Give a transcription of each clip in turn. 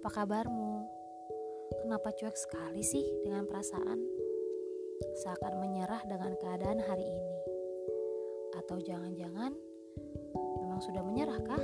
Apa kabarmu? Kenapa cuek sekali sih dengan perasaan? Seakan menyerah dengan keadaan hari ini. Atau jangan-jangan memang sudah menyerah kah?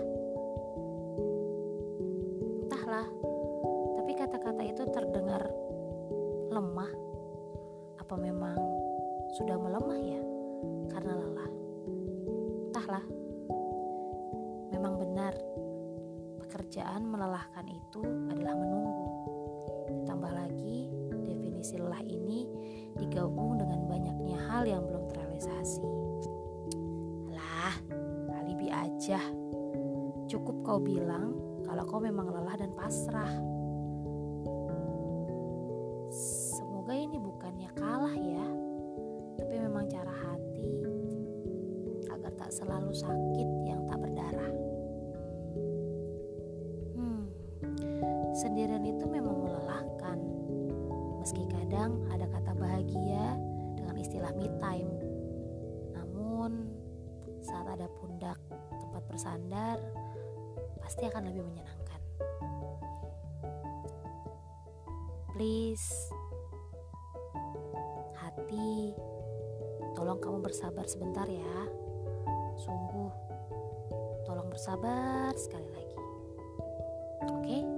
Entahlah, tapi kata-kata itu terdengar lemah. Apa memang sudah melemah ya karena lelah? Entahlah. Memang benar, pekerjaan melelahkan itu adalah menunggu. Ditambah lagi, definisi lelah ini digabung dengan banyaknya hal yang belum terrealisasi. Alah, alibi aja. Cukup kau bilang kalau kau memang lelah dan pasrah. Semoga ini bukannya kalah ya, tapi memang cara hati agar tak selalu sakit yang tak berdarah. Sendirian itu memang melelahkan. Meski kadang ada kata bahagia dengan istilah me time. Namun saat ada pundak tempat bersandar, pasti akan lebih menyenangkan. Please, hati, tolong kamu bersabar sebentar ya. Sungguh, tolong bersabar sekali lagi. Oke?